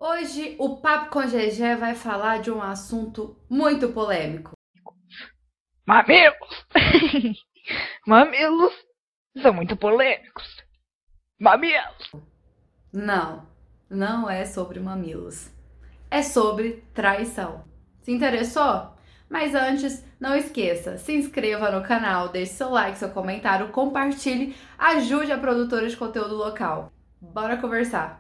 Hoje o Papo com Gegé vai falar de um assunto muito polêmico. Mamilos! Mamilos são muito polêmicos. Mamilos! Não, não é sobre mamilos. É sobre traição. Se interessou? Mas antes, não esqueça, se inscreva no canal, deixe seu like, seu comentário, compartilhe, ajude a produtora de conteúdo local. Bora conversar!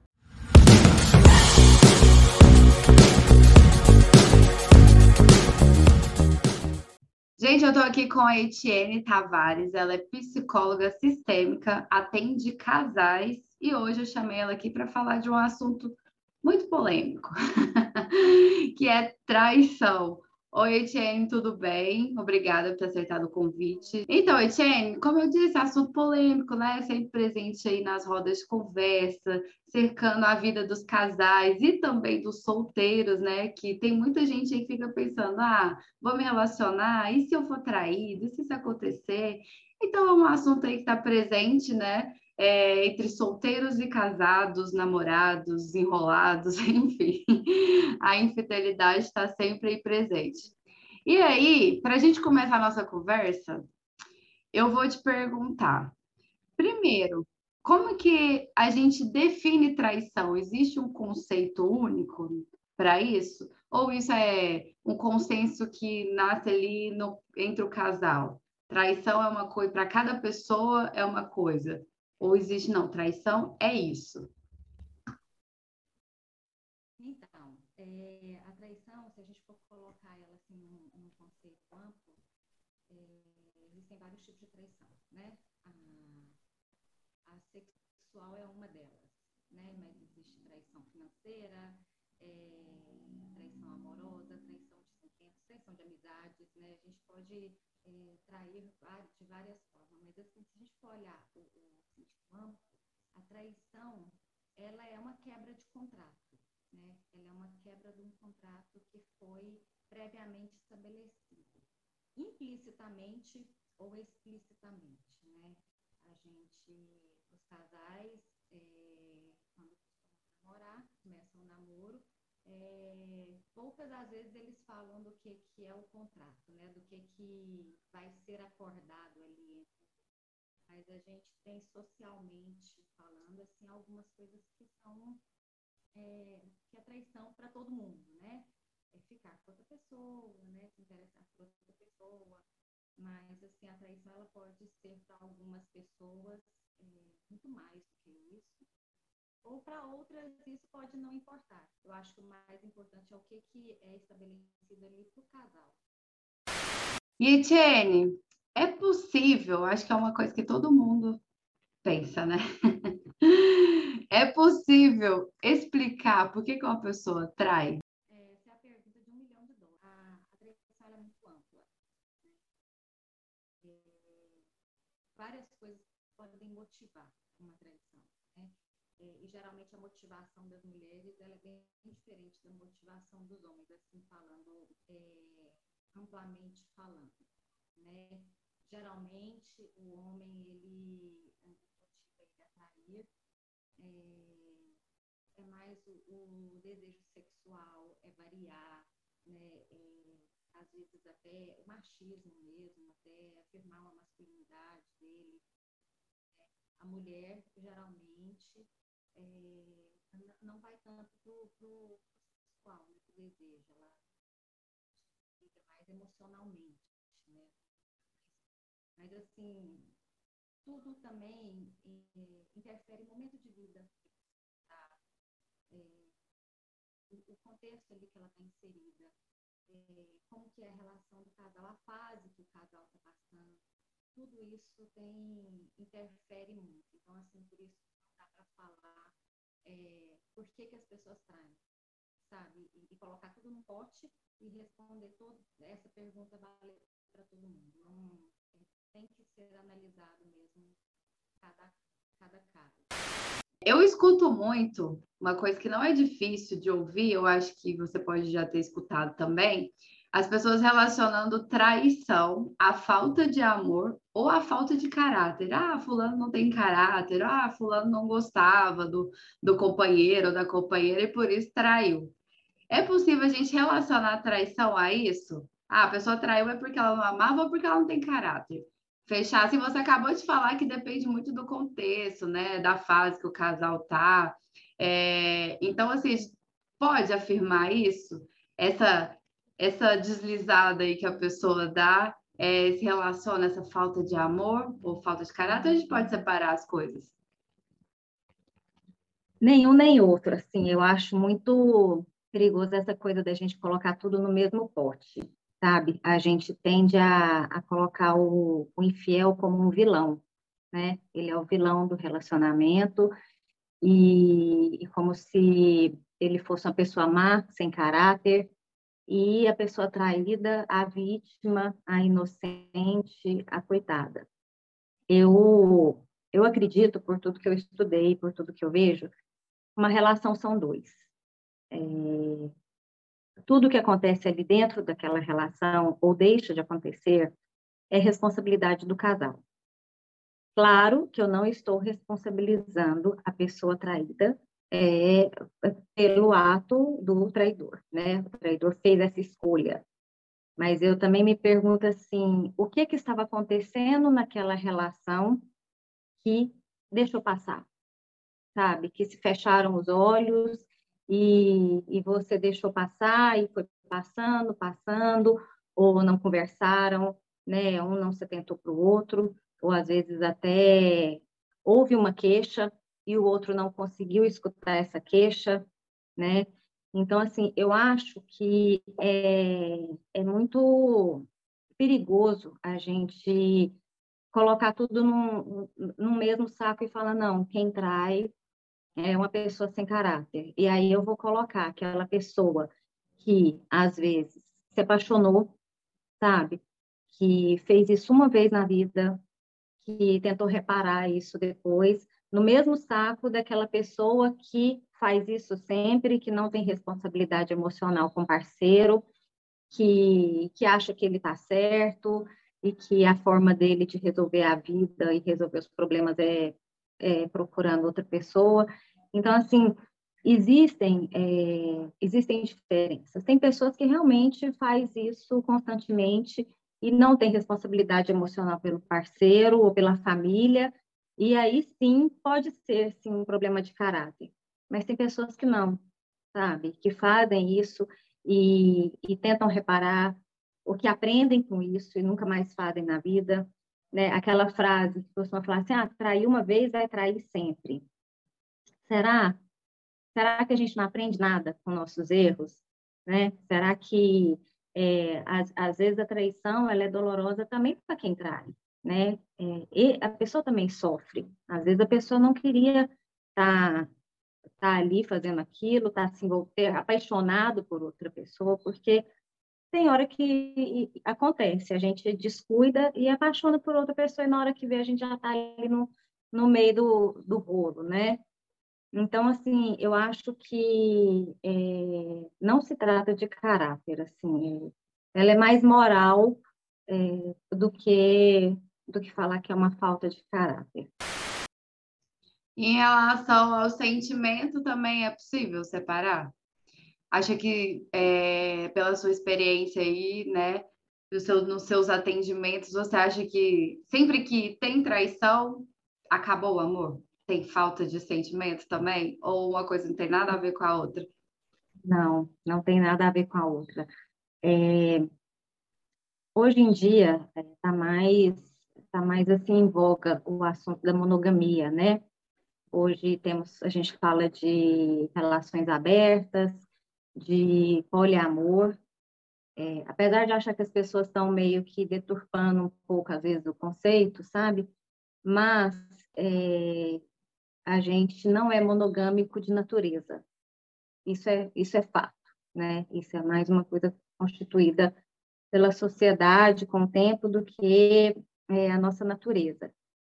Gente, eu tô aqui com a Etienne Tavares, ela é psicóloga sistêmica, atende casais e hoje eu chamei ela aqui para falar de um assunto muito polêmico, que é traição. Oi, Etienne, tudo bem? Obrigada por ter aceitado o convite. Então, Etienne, como eu disse, assunto polêmico, né? Sempre presente aí nas rodas de conversa, cercando a vida dos casais e também dos solteiros, né? Que tem muita gente aí que fica pensando, vou me relacionar, e se eu for traído, e se isso acontecer? Então, é um assunto aí que está presente, né? Entre solteiros e casados, namorados, enrolados, enfim, a infidelidade está sempre aí presente. E aí, para a gente começar a nossa conversa, eu vou te perguntar, primeiro, como que a gente define traição? Existe um conceito único para isso? Ou isso é um consenso que nasce ali entre o casal? Traição é uma coisa, para cada pessoa é uma coisa. Ou existe, não, traição é isso. Então, a traição, se a gente for colocar ela assim num conceito amplo, existem vários tipos de traição, né? A sexual é uma delas, né? Mas existe traição financeira, traição amorosa, traição de sentimentos, traição de amizades, né? A gente pode trair de várias formas, mas assim, se a gente for olhar o sentido amplo, a traição, ela é uma quebra de contrato, né? Ela é uma quebra de um contrato que foi previamente estabelecido, implicitamente ou explicitamente, né? A gente, os casais, quando começam a namorar, começam o namoro, poucas das vezes eles falam do que é o contrato, né? Do que vai ser acordado ali. Mas a gente tem socialmente falando, assim, algumas coisas que são que é traição para todo mundo, né? É ficar com outra pessoa, né? Se interessar por outra pessoa. Mas, assim, a traição, ela pode ser para algumas pessoas muito mais do que isso. Ou para outras, isso pode não importar. Eu acho que o mais importante é o que é estabelecido ali para o casal. E, Etienne, é possível, acho que é uma coisa que todo mundo pensa, né? É possível explicar por que uma pessoa trai? Essa é a pergunta de $1 milhão. A traição é muito ampla. Né? Várias coisas podem motivar uma traição. Né? E geralmente a motivação das mulheres ela é bem diferente da motivação dos homens, assim falando, amplamente falando. Né? Geralmente o homem ele motiva ele a trair. É mais o desejo sexual, é variar, né? Às vezes até o machismo mesmo, até afirmar uma masculinidade dele. Né? A mulher, geralmente, não vai tanto pro sexual, né? Pro desejo, ela fica mais emocionalmente, né? Mas, assim, tudo também interfere no momento de vida, tá? O contexto ali que ela está inserida, como que é a relação do casal, a fase que o casal está passando, tudo isso interfere muito. Então, assim, por isso não dá para falar por que as pessoas traem, sabe? E colocar tudo num pote e responder essa pergunta vale para todo mundo. Não, tem que ser analisado mesmo cada caso. Eu escuto muito uma coisa que não é difícil de ouvir, eu acho que você pode já ter escutado também, As pessoas relacionando traição à falta de amor ou à falta de caráter. Ah, fulano não tem caráter. Ah, fulano não gostava do companheiro ou da companheira e por isso traiu. É possível a gente relacionar a traição a isso? Ah, a pessoa traiu é porque ela não amava ou porque ela não tem caráter. Fechar, assim, você acabou de falar que depende muito do contexto, né? Da fase que o casal tá. Então, assim, pode afirmar isso? Essa, essa deslizada aí que a pessoa dá se relaciona a essa falta de amor ou falta de caráter? A gente pode separar as coisas. Nenhum nem outro, assim, eu acho muito perigoso essa coisa da gente colocar tudo no mesmo pote, sabe? A gente tende a colocar o infiel como um vilão, né? Ele é o vilão do relacionamento e como se ele fosse uma pessoa má, sem caráter, e a pessoa traída, a vítima, a inocente, a coitada. Eu acredito, por tudo que eu estudei, por tudo que eu vejo, uma relação são dois. Tudo que acontece ali dentro daquela relação ou deixa de acontecer é responsabilidade do casal. Claro que eu não estou responsabilizando a pessoa traída é, pelo ato do traidor, né? O traidor fez essa escolha. Mas eu também me pergunto assim, o que estava acontecendo naquela relação que deixou passar, sabe? Que se fecharam os olhos e você deixou passar e foi passando, passando, ou não conversaram, né? Um não se atentou para o outro, ou às vezes até houve uma queixa e o outro não conseguiu escutar essa queixa, né? Então, assim, eu acho que é muito perigoso a gente colocar tudo num mesmo saco e falar, não, quem trai é uma pessoa sem caráter. E aí eu vou colocar aquela pessoa que, às vezes, se apaixonou, sabe? Que fez isso uma vez na vida, que tentou reparar isso depois, no mesmo saco daquela pessoa que faz isso sempre, que não tem responsabilidade emocional com o parceiro, que acha que ele está certo e que a forma dele de resolver a vida e resolver os problemas é procurando outra pessoa. Então, assim, existem diferenças. Tem pessoas que realmente faz isso constantemente e não tem responsabilidade emocional pelo parceiro ou pela família, e aí sim pode ser sim um problema de caráter. Mas tem pessoas que não, sabe? Que fazem isso e tentam reparar, ou que aprendem com isso e nunca mais fazem na vida, né? Aquela frase que costuma falar assim, ah, trair uma vez, vai trair sempre. Será? Será que a gente não aprende nada com nossos erros? Né? Será que, às vezes, a traição ela é dolorosa também para quem trai? Né? E a pessoa também sofre. Às vezes, a pessoa não queria estar ali fazendo aquilo, tá se envolver, apaixonado por outra pessoa, porque tem hora que acontece, a gente descuida e apaixona por outra pessoa, e na hora que vê, a gente já está ali no meio do bolo, né? Então, assim, eu acho que não se trata de caráter, assim, ela é mais moral do que falar que é uma falta de caráter. Em relação ao sentimento, também é possível separar? Acha que, pela sua experiência aí, né, nos seus atendimentos, você acha que sempre que tem traição, acabou o amor? Tem falta de sentimento também? Ou uma coisa não tem nada a ver com a outra? Não, não tem nada a ver com a outra. Hoje em dia, tá mais assim em voga o assunto da monogamia, né? Hoje a gente fala de relações abertas, de poliamor. Apesar de achar que as pessoas estão meio que deturpando um pouco, às vezes, o conceito, sabe? Mas a gente não é monogâmico de natureza. Isso é fato, né? Isso é mais uma coisa constituída pela sociedade com o tempo do que a nossa natureza.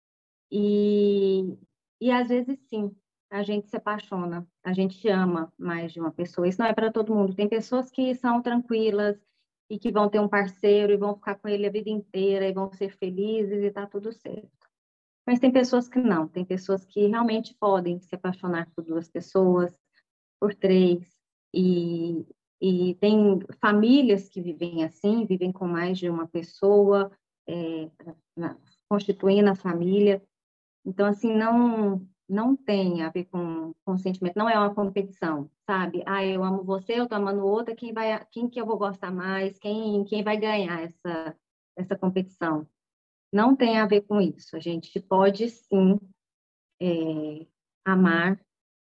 E, e às vezes, sim, a gente se apaixona, a gente ama mais de uma pessoa. Isso não é para todo mundo. Tem pessoas que são tranquilas, e que vão ter um parceiro e vão ficar com ele a vida inteira e vão ser felizes e tá tudo certo. Mas tem pessoas que não, tem pessoas que realmente podem se apaixonar por duas pessoas, por três, e, e tem famílias que vivem assim, vivem com mais de uma pessoa, é, constituindo a família. Então, assim, não tem a ver com sentimento, não é uma competição, sabe? Ah, eu amo você, eu tô amando outra, quem que eu vou gostar mais, quem vai ganhar essa competição? Não tem a ver com isso. A gente pode, sim, amar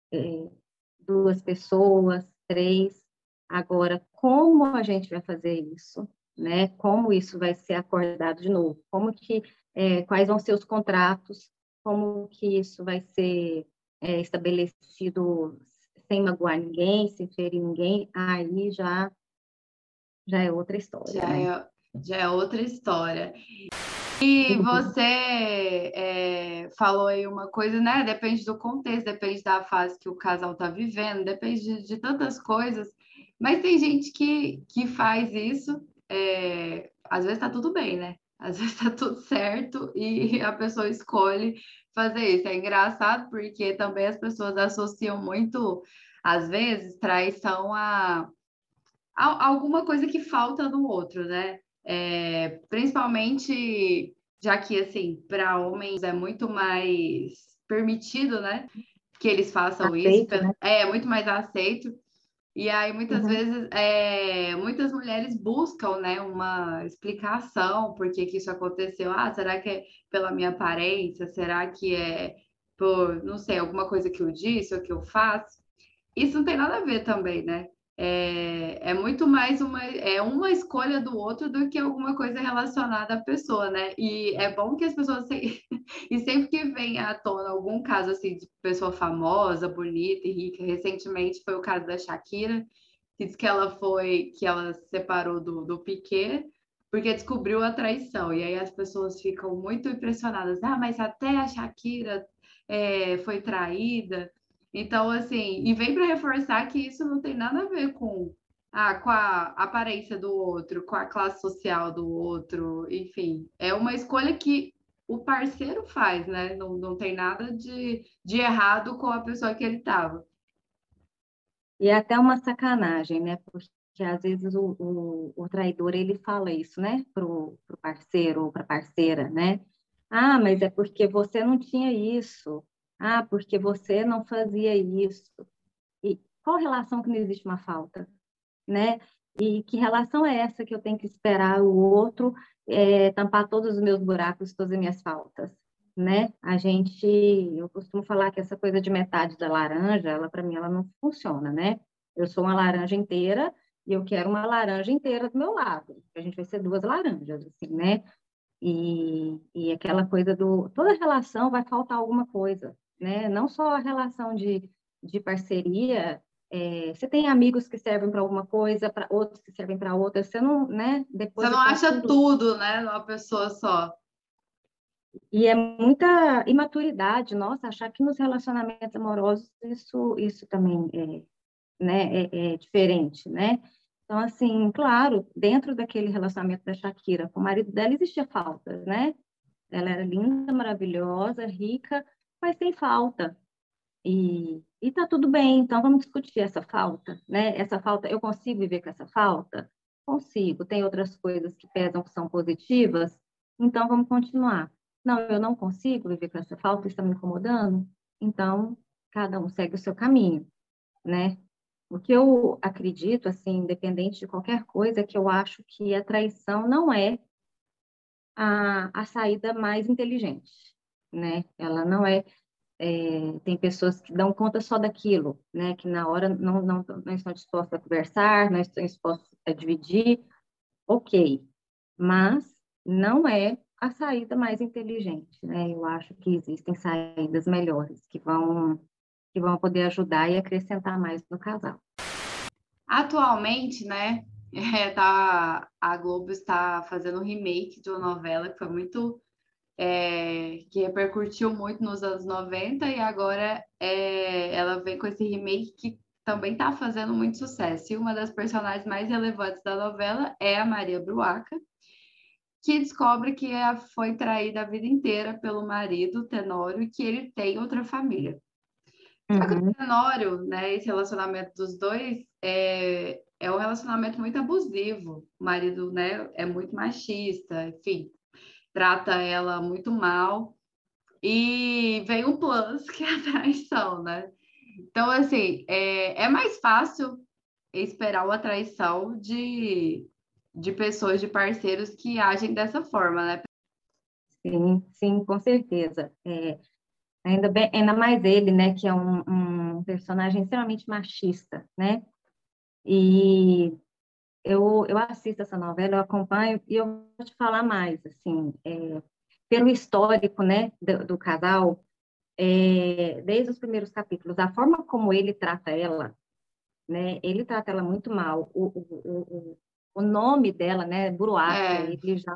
duas pessoas, três. Agora, como a gente vai fazer isso, né? Como isso vai ser acordado de novo? Quais vão ser os contratos? Como que isso vai ser estabelecido sem magoar ninguém, sem ferir ninguém? Aí já é outra história, Já né? já é outra história. E você falou aí uma coisa, né? Depende do contexto, depende da fase que o casal está vivendo, depende de tantas coisas. Mas tem gente que faz isso, às vezes tá tudo bem, né? Às vezes tá tudo certo e a pessoa escolhe fazer isso. É engraçado porque também as pessoas associam muito, às vezes, traição a alguma coisa que falta no outro, né? Principalmente já que, assim, para homens é muito mais permitido, né? Que eles façam isso, Aceito, né? é muito mais aceito. E aí, muitas Uhum. vezes, muitas mulheres buscam, né, uma explicação por que que isso aconteceu. Ah, será que é pela minha aparência? Será que é por, não sei, alguma coisa que eu disse ou que eu faço? Isso não tem nada a ver também, né? É muito mais uma escolha do outro do que alguma coisa relacionada à pessoa, né? E é bom que as pessoas e sempre que vem à tona algum caso assim de pessoa famosa, bonita e rica, recentemente foi o caso da Shakira, que diz que ela se separou do Piquet porque descobriu a traição. E aí as pessoas ficam muito impressionadas. Ah, mas até a Shakira foi traída. Então, assim, e vem para reforçar que isso não tem nada a ver com a aparência do outro, com a classe social do outro, enfim, é uma escolha que o parceiro faz, né? Não tem nada de errado com a pessoa que ele estava. E é até uma sacanagem, né? Porque às vezes o traidor ele fala isso, né? Pro parceiro ou para parceira, né? Ah, mas é porque você não tinha isso. Ah, porque você não fazia isso. E qual relação que não existe uma falta, né? E que relação é essa que eu tenho que esperar o outro tampar todos os meus buracos, todas as minhas faltas, né? Eu costumo falar que essa coisa de metade da laranja, ela para mim ela não funciona, né? Eu sou uma laranja inteira e eu quero uma laranja inteira do meu lado. A gente vai ser duas laranjas, assim, né? E aquela coisa toda relação vai faltar alguma coisa, né? Não só a relação de parceria, você tem amigos que servem para alguma coisa, para outros que servem para outra, você não, né? Você Depois não está acha tudo. tudo, né, numa pessoa só. E é muita imaturidade, nossa, achar que nos relacionamentos amorosos isso também né, é diferente, né? Então, assim, claro, dentro daquele relacionamento da Shakira com o marido dela existia falta, né? Ela era linda, maravilhosa, rica, mas tem falta. E tá tudo bem, então vamos discutir essa falta, né? Essa falta, eu consigo viver com essa falta? Consigo. Tem outras coisas que pesam que são positivas, então vamos continuar. Não, eu não consigo viver com essa falta, está me incomodando, então cada um segue o seu caminho, né? O que eu acredito, assim, independente de qualquer coisa, é que eu acho que a traição não é a saída mais inteligente, né? Ela não tem pessoas que dão conta só daquilo, né? Que na hora não estão dispostas a conversar, não estão dispostas a dividir, ok. Mas não é a saída mais inteligente, né? Eu acho que existem saídas melhores que vão poder ajudar e acrescentar mais no casal. Atualmente, né, a Globo está fazendo um remake de uma novela que foi que repercutiu muito nos anos 90 e agora ela vem com esse remake que também está fazendo muito sucesso. E uma das personagens mais relevantes da novela é a Maria Bruaca, que descobre que foi traída a vida inteira pelo marido, Tenório, e que ele tem outra família. Só que o Uhum. Tenório, né, esse relacionamento dos dois é um relacionamento muito abusivo. O marido, né, é muito machista, enfim, trata ela muito mal. E vem um plus, que é a traição, né? Então, assim, é mais fácil esperar uma traição de pessoas, de parceiros que agem dessa forma, né? Sim, sim, com certeza. Ainda bem, ainda mais ele, né, que é um personagem extremamente machista, né? E eu assisto essa novela, eu acompanho, e eu vou te falar mais, assim, pelo histórico, né, do casal, desde os primeiros capítulos, a forma como ele trata ela, né, ele trata ela muito mal. O nome dela, né, Bruaca, É, ele já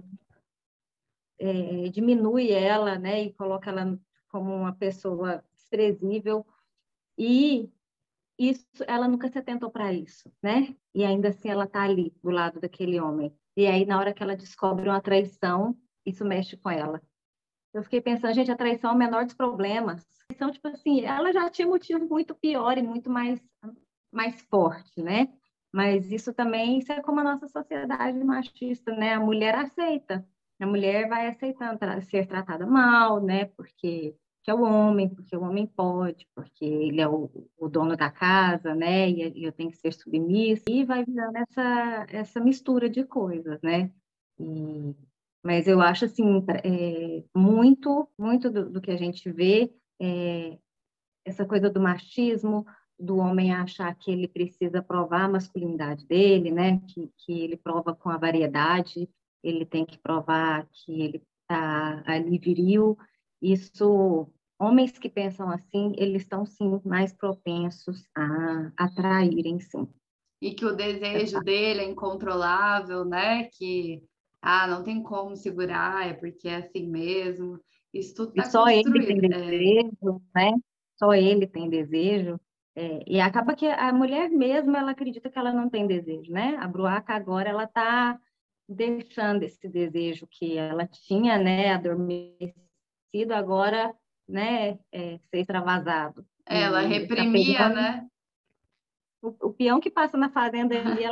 diminui ela, né, e coloca ela como uma pessoa desprezível, e isso, ela nunca se atentou para isso, né? E ainda assim ela tá ali do lado daquele homem. E aí na hora que ela descobre uma traição, isso mexe com ela. Eu fiquei pensando, gente, a traição é o menor dos problemas. Então, tipo assim, ela já tinha motivo muito pior e muito mais forte, né? Mas isso também, isso é como a nossa sociedade machista, né? A mulher aceita. A mulher vai aceitando ser tratada mal, né? Porque é o homem, porque o homem pode, porque ele é o dono da casa, né? E eu tenho que ser submissa. E vai virando essa mistura de coisas, né? E, mas eu acho, assim, muito do que a gente vê, é, essa coisa do machismo, do homem achar que ele precisa provar a masculinidade dele, né? Que ele prova com a variedade, ele tem que provar que ele está ali viril. Isso, homens que pensam assim, eles estão sim mais propensos a traírem, sim. e que o desejo dele é incontrolável, né? Que não tem como segurar, é porque é assim mesmo. Isso tudo E está só ele tem construído. desejo, né? Só ele tem desejo. E acaba que a mulher mesma, ela acredita que ela não tem desejo, né? A Bruaca agora, ela está deixando esse desejo que ela tinha, né, adormecido, agora, né, ser extravasado. Ela E está reprimia, pegando né? o peão que passa na fazenda ali,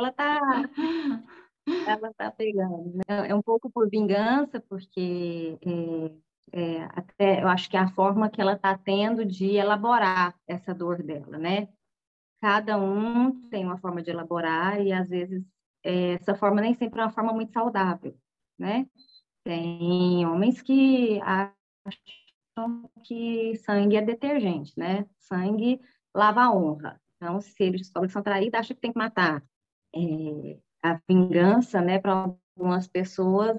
ela tá pegando, né? É um pouco por vingança, porque até eu acho que é a forma que ela está tendo de elaborar essa dor dela, né? Cada um tem uma forma de elaborar e às vezes essa forma nem sempre é uma forma muito saudável, né? Tem homens que acham que sangue é detergente, né? Sangue lava a honra. Então, se eles descobrem que são traídos, acham que tem que matar. A vingança, né, para algumas pessoas,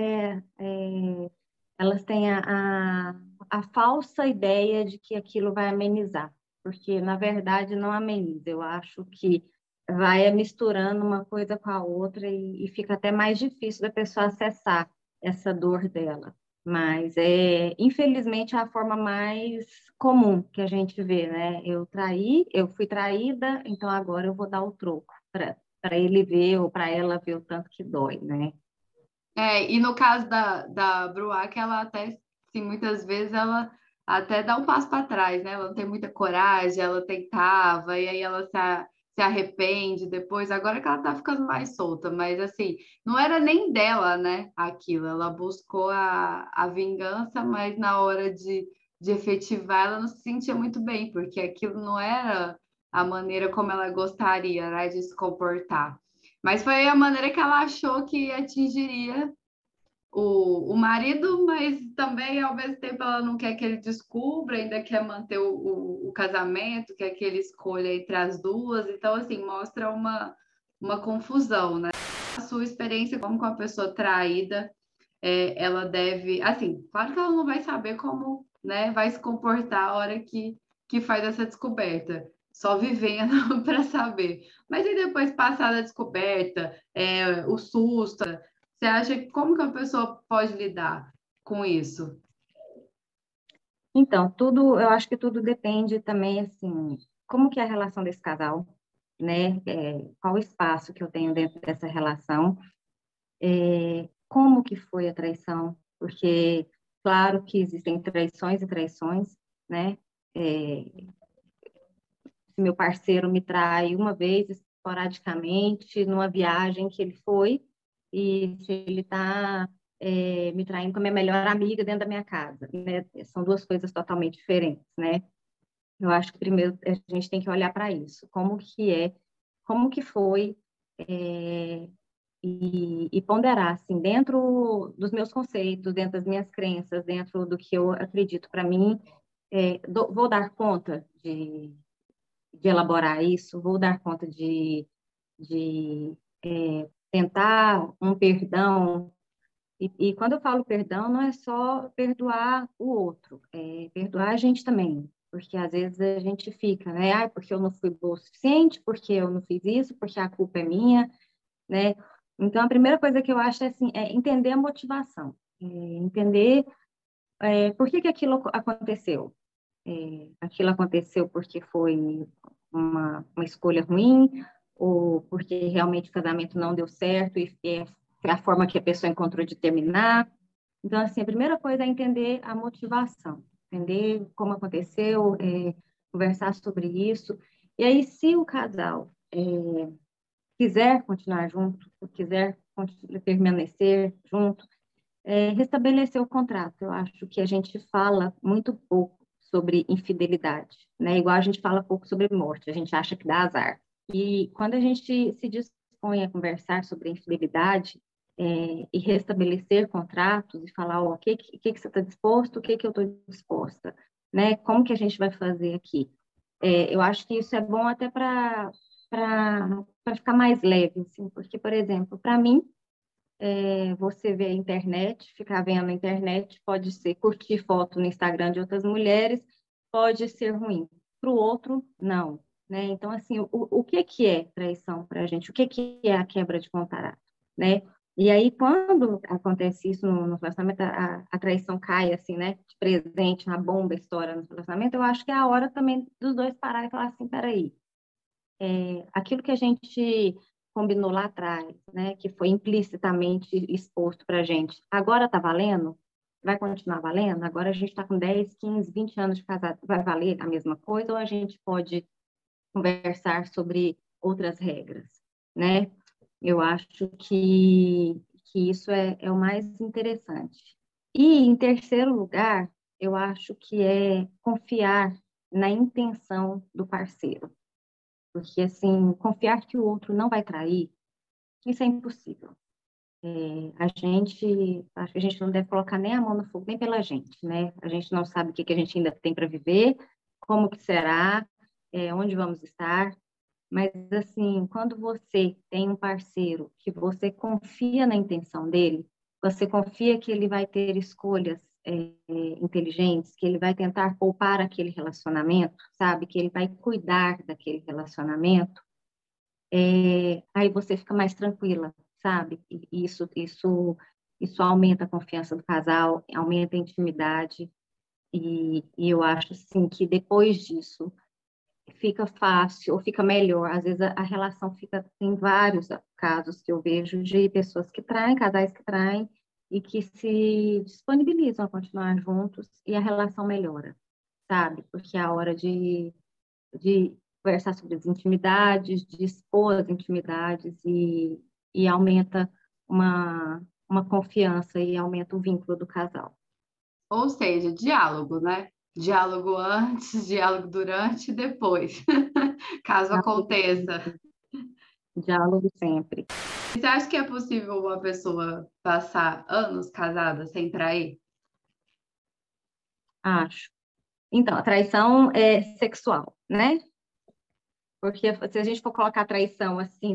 elas têm a falsa ideia de que aquilo vai amenizar, porque, na verdade, não ameniza. Eu acho que vai misturando uma coisa com a outra e fica até mais difícil da pessoa acessar essa dor dela. Mas, infelizmente, é a forma mais comum que a gente vê, né? Eu fui traída, então agora eu vou dar o troco para ele ver ou para ela ver o tanto que dói, né? E no caso da Bruac, ela até, assim, muitas vezes ela até dá um passo para trás, né? Ela não tem muita coragem, ela tentava, e aí ela se arrepende depois, agora que ela tá ficando mais solta, mas assim, não era nem dela, né, aquilo, ela buscou a vingança, mas na hora de efetivar, ela não se sentia muito bem, porque aquilo não era a maneira como ela gostaria, né, de se comportar. Mas foi a maneira que ela achou que atingiria o marido, mas também, ao mesmo tempo, ela não quer que ele descubra, ainda quer manter o casamento, quer que ele escolha entre as duas. Então, assim, mostra uma confusão, né? A sua experiência como com a pessoa traída, ela deve... Assim, claro que ela não vai saber como, né, vai se comportar a hora que faz essa descoberta. Só vivendo para saber. Mas e depois passar da descoberta, o susto, você acha que como que a pessoa pode lidar com isso? Então, tudo, eu acho que tudo depende também, assim, como que é a relação desse casal, né? Qual o espaço que eu tenho dentro dessa relação, como que foi a traição, porque, claro que existem traições e traições, né? Se meu parceiro me trai uma vez, esporadicamente, numa viagem que ele foi, e se ele está me traindo com a minha melhor amiga dentro da minha casa, né? São duas coisas totalmente diferentes, né? Eu acho que primeiro a gente tem que olhar para isso, como que foi, é, e ponderar, assim, dentro dos meus conceitos, dentro das minhas crenças, dentro do que eu acredito para mim, vou dar conta de elaborar isso, vou dar conta de tentar um perdão. E quando eu falo perdão, não é só perdoar o outro, é perdoar a gente também. Porque às vezes a gente fica, né? Ah, porque eu não fui boa o suficiente, porque eu não fiz isso, porque a culpa é minha, né? Então, a primeira coisa que eu acho é, assim, é entender a motivação, entender por que que aquilo aconteceu. Aquilo aconteceu porque foi uma escolha ruim, ou porque realmente o casamento não deu certo e foi a forma que a pessoa encontrou de terminar. Então, assim, a primeira coisa é entender a motivação, entender como aconteceu, conversar sobre isso. E aí, se o casal quiser continuar junto, ou quiser permanecer junto, restabelecer o contrato. Eu acho que a gente fala muito pouco sobre infidelidade, né? Igual a gente fala pouco sobre morte, a gente acha que dá azar. E quando a gente se dispõe a conversar sobre infidelidade, e restabelecer contratos e falar, ó, o que você está disposto, o que eu estou disposta, né? Como que a gente vai fazer aqui? Eu acho que isso é bom até para ficar mais leve, assim, porque, por exemplo, para mim, você vê a internet, ficar vendo a internet, pode ser curtir foto no Instagram de outras mulheres, pode ser ruim. Para o outro, não. Né? Então, assim, o que que é traição para a gente? O que que é a quebra de contrato? Né? E aí, quando acontece isso no relacionamento, a traição cai, assim, né? De presente, uma bomba estoura no relacionamento, eu acho que é a hora também dos dois parar e falar assim, peraí, aquilo que a gente combinou lá atrás, né, que foi implicitamente exposto para a gente, agora está valendo? Vai continuar valendo? Agora a gente está com 10, 15, 20 anos de casado, vai valer a mesma coisa ou a gente pode conversar sobre outras regras, né? Eu acho que isso é o mais interessante. E, em terceiro lugar, eu acho que é confiar na intenção do parceiro. Porque, assim, confiar que o outro não vai trair, isso é impossível. Acho que a gente não deve colocar nem a mão no fogo, nem pela gente, né? A gente não sabe o que que a gente ainda tem para viver, como que será, onde vamos estar. Mas, assim, quando você tem um parceiro que você confia na intenção dele, você confia que ele vai ter escolhas inteligentes, que ele vai tentar poupar aquele relacionamento, sabe? Que ele vai cuidar daquele relacionamento, aí você fica mais tranquila, sabe? E isso aumenta a confiança do casal, aumenta a intimidade, e eu acho, assim, que depois disso fica fácil ou fica melhor. Às vezes a relação fica, tem vários casos que eu vejo de pessoas que traem, casais que traem e que se disponibilizam a continuar juntos e a relação melhora, sabe? Porque é a hora de conversar sobre as intimidades, de expor as intimidades e aumenta uma confiança e aumenta o vínculo do casal. Ou seja, diálogo, né? Diálogo antes, diálogo durante e depois, caso aconteça. Diálogo sempre. Você acha que é possível uma pessoa passar anos casada sem trair? Acho. Então, a traição é sexual, né? Porque se a gente for colocar a traição assim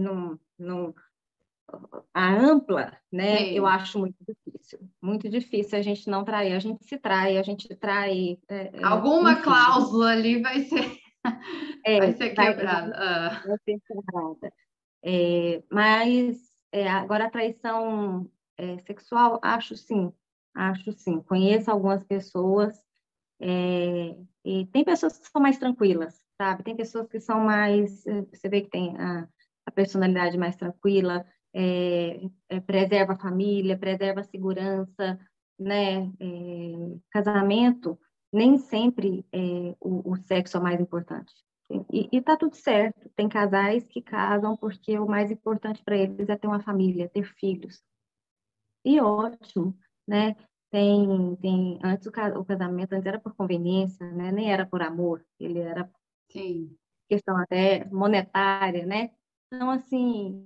a ampla, né? Eu Sim. acho muito difícil a gente não trair. A gente trai, Alguma enfim, cláusula ali vai ser vai, quebrada. Ah. vai ser quebrada. Mas agora a traição sexual, acho sim, acho sim. Conheço algumas pessoas, e tem pessoas que são mais tranquilas, sabe? Tem pessoas que são mais, você vê que tem a personalidade mais tranquila, preserva a família, preserva a segurança, né? Casamento, nem sempre o sexo é o mais importante. E tá tudo certo. Tem casais que casam porque o mais importante para eles é ter uma família, ter filhos. E ótimo, né? Antes o casamento antes era por conveniência, né? Nem era por amor, ele era Sim. questão até monetária, né? Então, assim,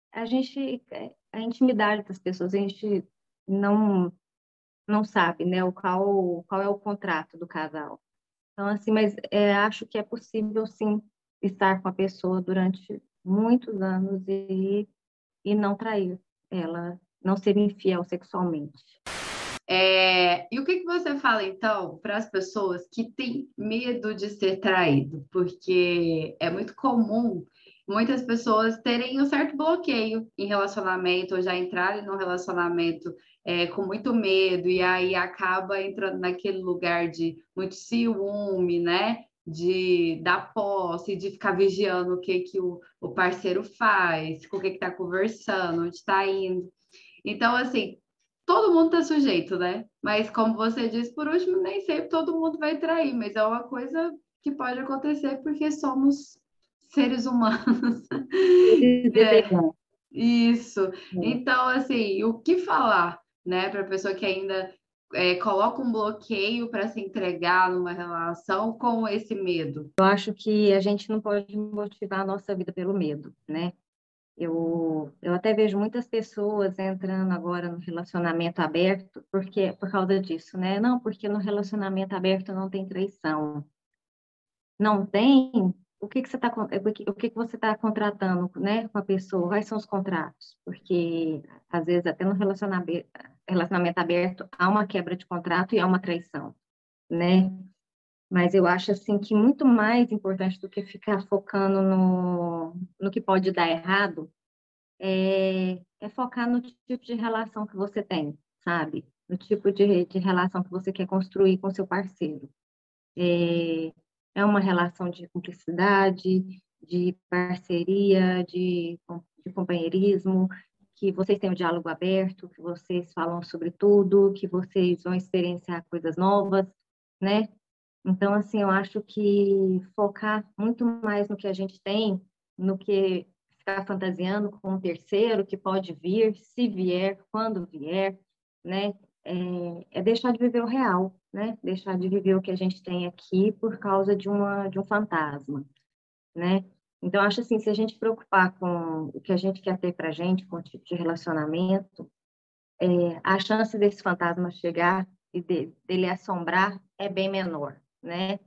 a intimidade das pessoas, a gente não, não sabe, né? Qual é o contrato do casal. Então, assim, mas acho que é possível, sim, estar com a pessoa durante muitos anos e não trair ela, não ser infiel sexualmente. E o que você fala, então, para as pessoas que têm medo de ser traído? Porque é muito comum muitas pessoas terem um certo bloqueio em relacionamento, ou já entrarem num relacionamento com muito medo, e aí acaba entrando naquele lugar de muito ciúme, né? De dar posse, de ficar vigiando o que, que o parceiro faz, com o que está conversando, onde está indo. Então, assim, todo mundo está sujeito, né? Mas como você disse, por último, nem sempre todo mundo vai trair, mas é uma coisa que pode acontecer porque somos seres humanos. Eles É, desejam. isso. Né? Então, assim, o que falar, né, para a pessoa que ainda coloca um bloqueio para se entregar numa relação com esse medo? Eu acho que a gente não pode motivar a nossa vida pelo medo, né? Eu até vejo muitas pessoas entrando agora no relacionamento aberto por causa disso, né? Não, porque no relacionamento aberto não tem traição. Não tem? O que que você está contratando, né, com a pessoa? Quais são os contratos? Porque às vezes até no relacionamento aberto há uma quebra de contrato e há uma traição, né? Mas eu acho assim que muito mais importante do que ficar focando no que pode dar errado é focar no tipo de relação que você tem, sabe? No tipo de relação que você quer construir com seu parceiro. É uma relação de cumplicidade, de parceria, de companheirismo, que vocês têm um diálogo aberto, que vocês falam sobre tudo, que vocês vão experienciar coisas novas, né? Então, assim, eu acho que focar muito mais no que a gente tem, no que ficar fantasiando com um terceiro que pode vir, se vier, quando vier, né? É deixar de viver o real, né? Deixar de viver o que a gente tem aqui por causa de um fantasma, né? Então, acho assim, se a gente preocupar com o que a gente quer ter para a gente, com o tipo de relacionamento, a chance desse fantasma chegar e dele assombrar é bem menor, né?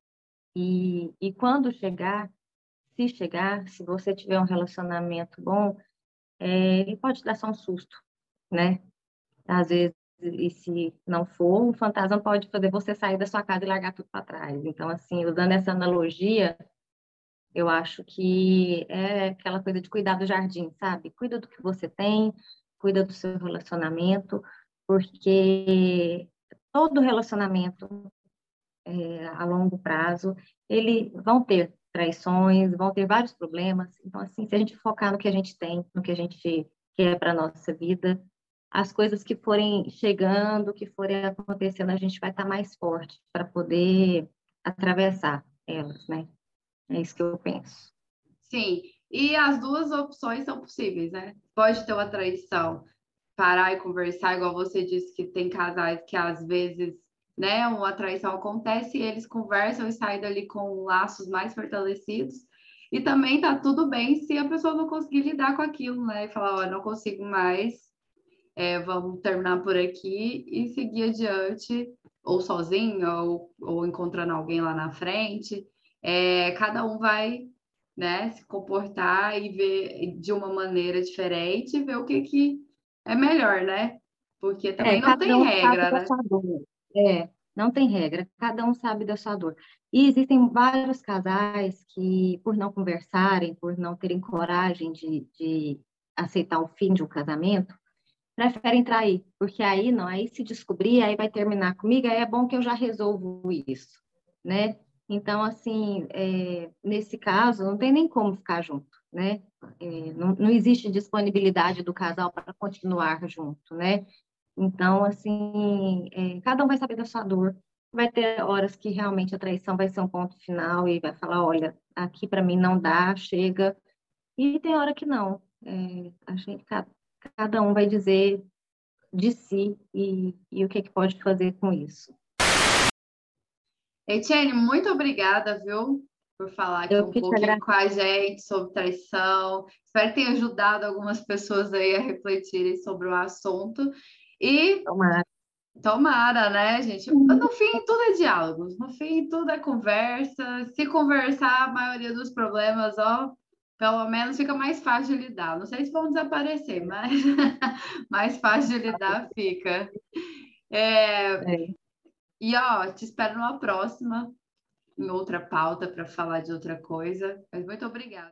E quando chegar, se chegar, se você tiver um relacionamento bom, ele pode dar só um susto, né? Às vezes, e se não for, o fantasma pode fazer você sair da sua casa e largar tudo para trás. Então, assim, usando essa analogia, eu acho que é aquela coisa de cuidar do jardim, sabe? Cuida do que você tem, cuida do seu relacionamento, porque todo relacionamento a longo prazo, eles vão ter traições, vão ter vários problemas. Então, assim, se a gente focar no que a gente tem, no que a gente quer para a nossa vida, as coisas que forem chegando, que forem acontecendo, a gente vai estar mais forte para poder atravessar elas, né? É isso que eu penso. Sim, e as duas opções são possíveis, né? Pode ter uma traição, parar e conversar, igual você disse que tem casais que às vezes, né, uma traição acontece e eles conversam e saem dali com laços mais fortalecidos. E também tá tudo bem se a pessoa não conseguir lidar com aquilo, né? E falar, ó, não consigo mais, vamos terminar por aqui e seguir adiante, ou sozinho, ou encontrando alguém lá na frente. Cada um vai, né, se comportar e ver de uma maneira diferente e ver o que, que é melhor, né? Porque também não Cada tem um sabe regra, da né? sua dor. Não tem regra, cada um sabe da sua dor. E existem vários casais que, por não conversarem, por não terem coragem de aceitar o fim de um casamento, preferem trair, porque aí não, aí se descobrir, aí vai terminar comigo, aí é bom que eu já resolvo isso, né? Então, assim, nesse caso, não tem nem como ficar junto, né? Não existe disponibilidade do casal para continuar junto, né? Então, assim, cada um vai saber da sua dor. Vai ter horas que realmente a traição vai ser um ponto final e vai falar, olha, aqui para mim não dá, chega. E tem hora que não. A gente, cada um vai dizer de si e o que que pode fazer com isso. Etienne, muito obrigada, viu, por falar aqui Eu um que te pouquinho com agradeço. a gente sobre traição. Espero que tenha ajudado algumas pessoas aí a refletirem sobre o assunto. E Tomara. tomara, né, gente? No fim, tudo é diálogo. No fim, tudo é conversa. Se conversar, a maioria dos problemas, ó, pelo menos fica mais fácil de lidar. Não sei se vão desaparecer, mas mais fácil de lidar fica. É, É. e ó, te espero numa próxima, em outra pauta para falar de outra coisa. Mas muito obrigada.